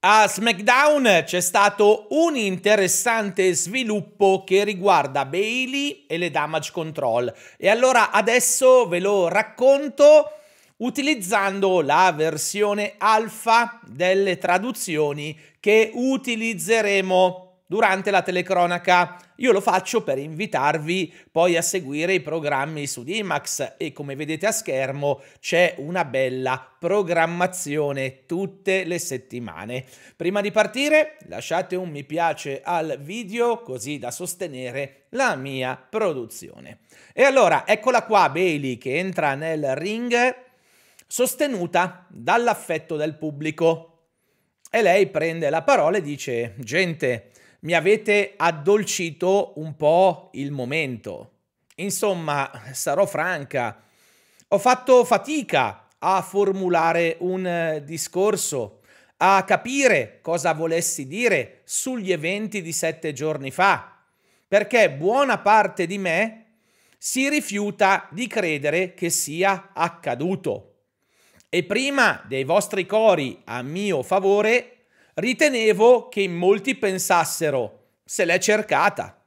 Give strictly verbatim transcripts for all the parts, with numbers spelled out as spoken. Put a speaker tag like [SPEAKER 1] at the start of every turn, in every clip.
[SPEAKER 1] A SmackDown c'è stato un interessante sviluppo che riguarda Bayley e le Damage Control e allora adesso ve lo racconto utilizzando la versione alfa delle traduzioni che utilizzeremo durante la telecronaca. Io lo faccio per invitarvi poi a seguire i programmi su D MAX e come vedete a schermo c'è una bella programmazione tutte le settimane. Prima di partire lasciate un mi piace al video così da sostenere la mia produzione. E allora eccola qua Bayley che entra nel ring sostenuta dall'affetto del pubblico e lei prende la parola e dice: gente, mi avete addolcito un po' il momento. Insomma, sarò franca, ho fatto fatica a formulare un discorso, a capire cosa volessi dire sugli eventi di sette giorni fa, perché buona parte di me si rifiuta di credere che sia accaduto. E prima dei vostri cori a mio favore ritenevo che in molti pensassero: se l'è cercata.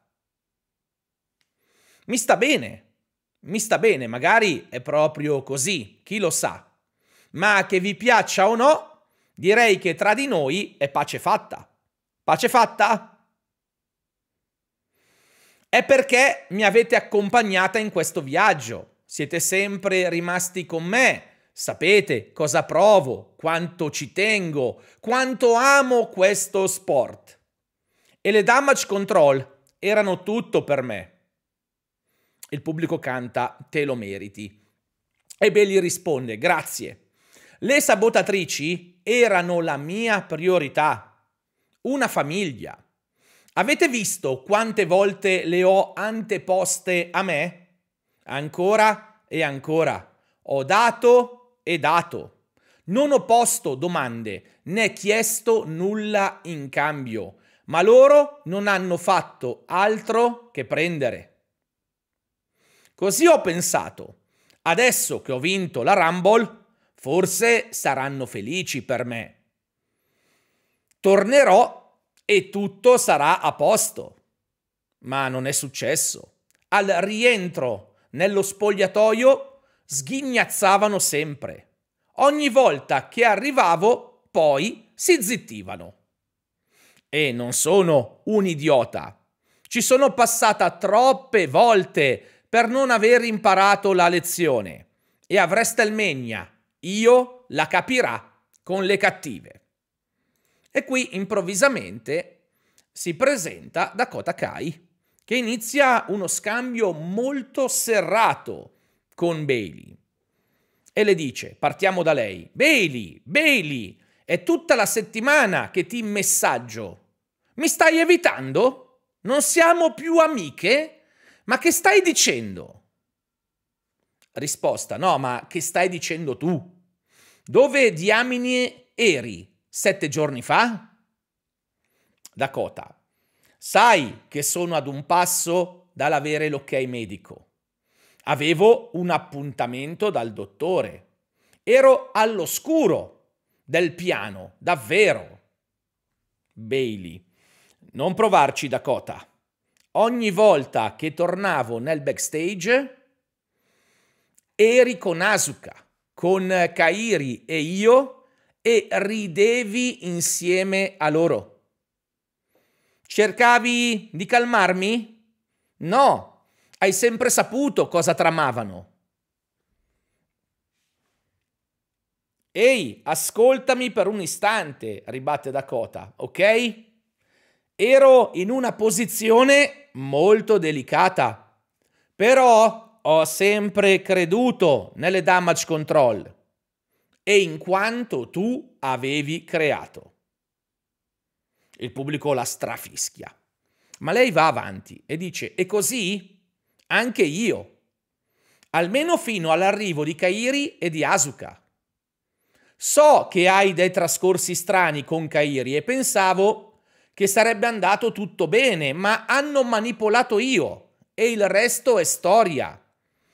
[SPEAKER 1] Mi sta bene, mi sta bene, magari è proprio così, chi lo sa. Ma che vi piaccia o no, direi che tra di noi è pace fatta. Pace fatta? È perché mi avete accompagnata in questo viaggio, siete sempre rimasti con me. Sapete cosa provo, quanto ci tengo, quanto amo questo sport. E le Damage Control erano tutto per me. Il pubblico canta: te lo meriti. E Bayley risponde: grazie. Le sabotatrici erano la mia priorità. Una famiglia. Avete visto quante volte le ho anteposte a me? Ancora e ancora. Ho dato e dato. Non ho posto domande né chiesto nulla in cambio, ma loro non hanno fatto altro che prendere. Così ho pensato, adesso che ho vinto la Rumble, forse saranno felici per me. Tornerò e tutto sarà a posto. Ma non è successo. Al rientro nello spogliatoio sghignazzavano sempre. Ogni volta che arrivavo, poi si zittivano. E non sono un idiota. Ci sono passata troppe volte per non aver imparato la lezione. E a WrestleMania io la capirà con le cattive. E qui improvvisamente si presenta Dakota Kai, che inizia uno scambio molto serrato con Bayley e le dice, partiamo da lei: Bayley, Bayley, è tutta la settimana che ti messaggio. Mi stai evitando? Non siamo più amiche? Ma che stai dicendo? Risposta: no, ma che stai dicendo tu? Dove diamine eri sette giorni fa? Dakota: sai che sono ad un passo dall'avere l'ok medico. Avevo un appuntamento dal dottore. Ero all'oscuro del piano, davvero. Bayley: non provarci, Dakota. Ogni volta che tornavo nel backstage eri con Asuka, con Kairi e io e ridevi insieme a loro. Cercavi di calmarmi? No. Hai sempre saputo cosa tramavano. Ehi, ascoltami per un istante, ribatte Dakota, ok? Ero in una posizione molto delicata, però ho sempre creduto nelle Damage Control e in quanto tu avevi creato. Il pubblico la strafischia, ma lei va avanti e dice: e così? Anche io, almeno fino all'arrivo di Kairi e di Asuka. So che hai dei trascorsi strani con Kairi e pensavo che sarebbe andato tutto bene, ma hanno manipolato io e il resto è storia.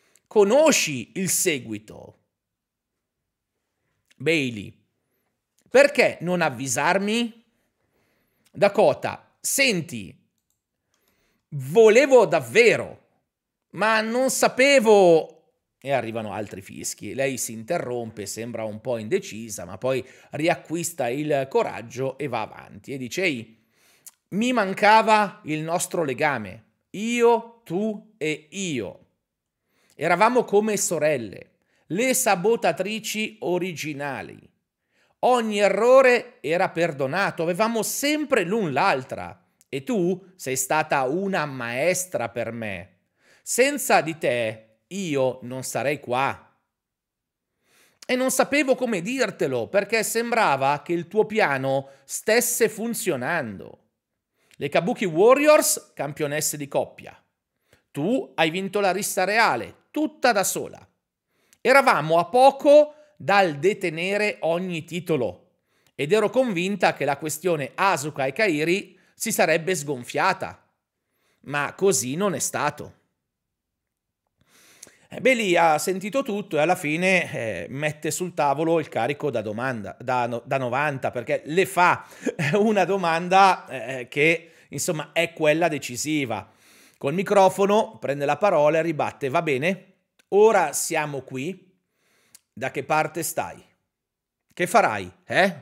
[SPEAKER 1] Conosci il seguito. Bayley: Perché non avvisarmi? Dakota, senti, volevo davvero, ma non sapevo... E arrivano altri fischi. Lei si interrompe, sembra un po' indecisa, ma poi riacquista il coraggio e va avanti e dice: ehi, mi mancava il nostro legame, io, tu e io. Eravamo come sorelle, le sabotatrici originali. Ogni errore era perdonato, avevamo sempre l'un l'altra. E tu sei stata una maestra per me. Senza di te io non sarei qua. E non sapevo come dirtelo, perché sembrava che il tuo piano stesse funzionando. Le Kabuki Warriors, campionesse di coppia. Tu hai vinto la rissa reale, tutta da sola. Eravamo a poco dal detenere ogni titolo ed ero convinta che la questione Asuka e Kairi si sarebbe sgonfiata. Ma così non è stato. Bayley ha sentito tutto e alla fine eh, mette sul tavolo il carico da domanda, da, no, da novanta, perché le fa una domanda eh, che insomma è quella decisiva. Col microfono prende la parola e ribatte: va bene, ora siamo qui, da che parte stai? Che farai, eh?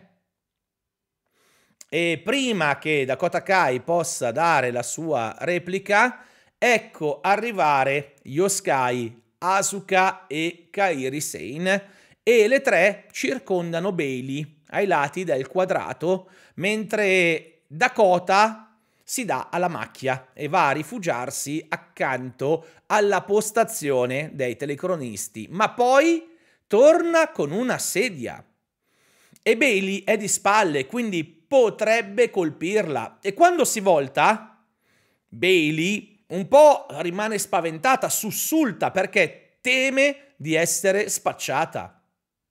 [SPEAKER 1] E prima che Dakota Kai possa dare la sua replica, ecco arrivare Yoskai, Asuka e Kairi Sane, e le tre circondano Bayley ai lati del quadrato, mentre Dakota si dà alla macchia e va a rifugiarsi accanto alla postazione dei telecronisti, ma poi torna con una sedia. E Bayley è di spalle, quindi potrebbe colpirla. E quando si volta, Bayley un po' rimane spaventata, sussulta perché teme di essere spacciata.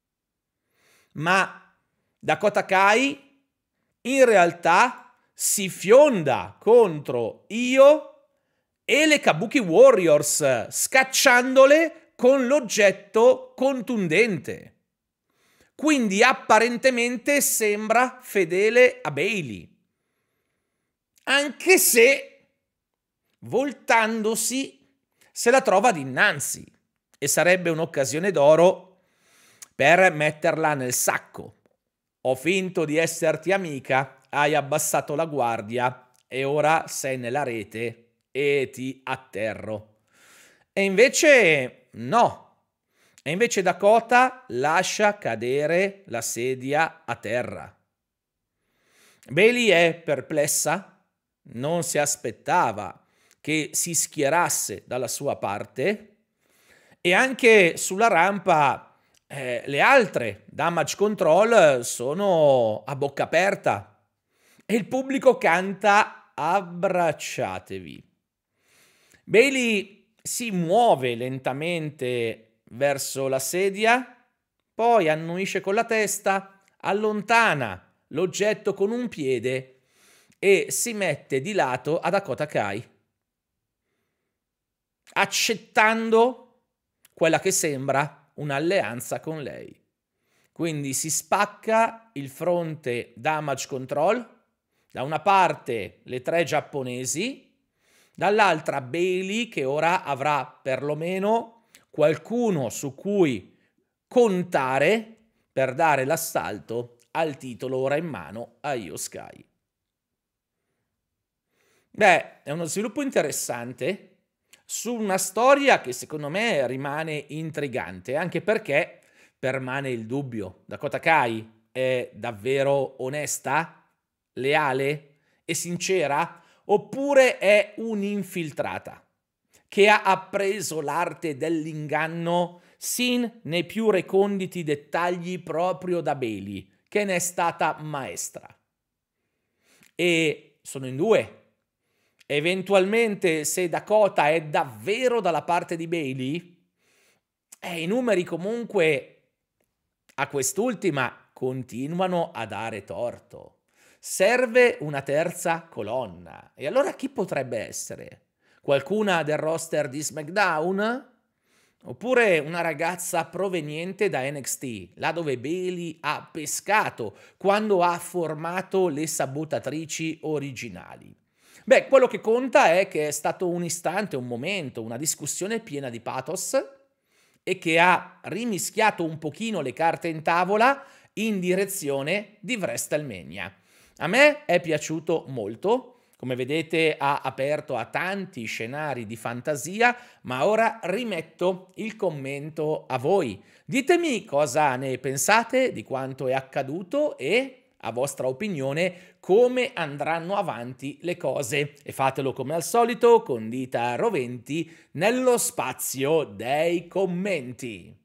[SPEAKER 1] Ma Dakota Kai in realtà si fionda contro Io e le Kabuki Warriors, scacciandole con l'oggetto contundente. Quindi apparentemente sembra fedele a Bayley. Anche se voltandosi se la trova dinanzi e sarebbe un'occasione d'oro per metterla nel sacco. Ho finto di esserti amica, hai abbassato la guardia e ora sei nella rete e ti atterro. E invece no. E invece Dakota lascia cadere la sedia a terra. Bayley è perplessa, non si aspettava che si schierasse dalla sua parte, e anche sulla rampa eh, le altre Damage Control sono a bocca aperta e il pubblico canta abbracciatevi. Bayley si muove lentamente verso la sedia, poi annuisce con la testa, allontana l'oggetto con un piede e si mette di lato a Dakota Kai, accettando quella che sembra un'alleanza con lei. Quindi si spacca il fronte Damage Control, da una parte le tre giapponesi, dall'altra Bayley, che ora avrà perlomeno qualcuno su cui contare per dare l'assalto al titolo ora in mano a Io Sky. Beh, è uno sviluppo interessante su una storia che secondo me rimane intrigante, anche perché permane il dubbio: Dakota Kai è davvero onesta, leale e sincera, oppure è un'infiltrata che ha appreso l'arte dell'inganno sin nei più reconditi dettagli proprio da Bayley, che ne è stata maestra? E sono in due. Eventualmente, se Dakota è davvero dalla parte di Bayley, eh, i numeri comunque a quest'ultima continuano a dare torto. Serve una terza colonna. E allora chi potrebbe essere? Qualcuna del roster di SmackDown? Oppure una ragazza proveniente da N X T, là dove Bailey ha pescato quando ha formato le sabotatrici originali. Beh, quello che conta è che è stato un istante, un momento, una discussione piena di pathos e che ha rimischiato un pochino le carte in tavola in direzione di WrestleMania. A me è piaciuto molto. Come vedete ha aperto a tanti scenari di fantasia, ma ora rimetto il commento a voi. Ditemi cosa ne pensate di quanto è accaduto e, a vostra opinione, come andranno avanti le cose. E fatelo come al solito con dita roventi nello spazio dei commenti.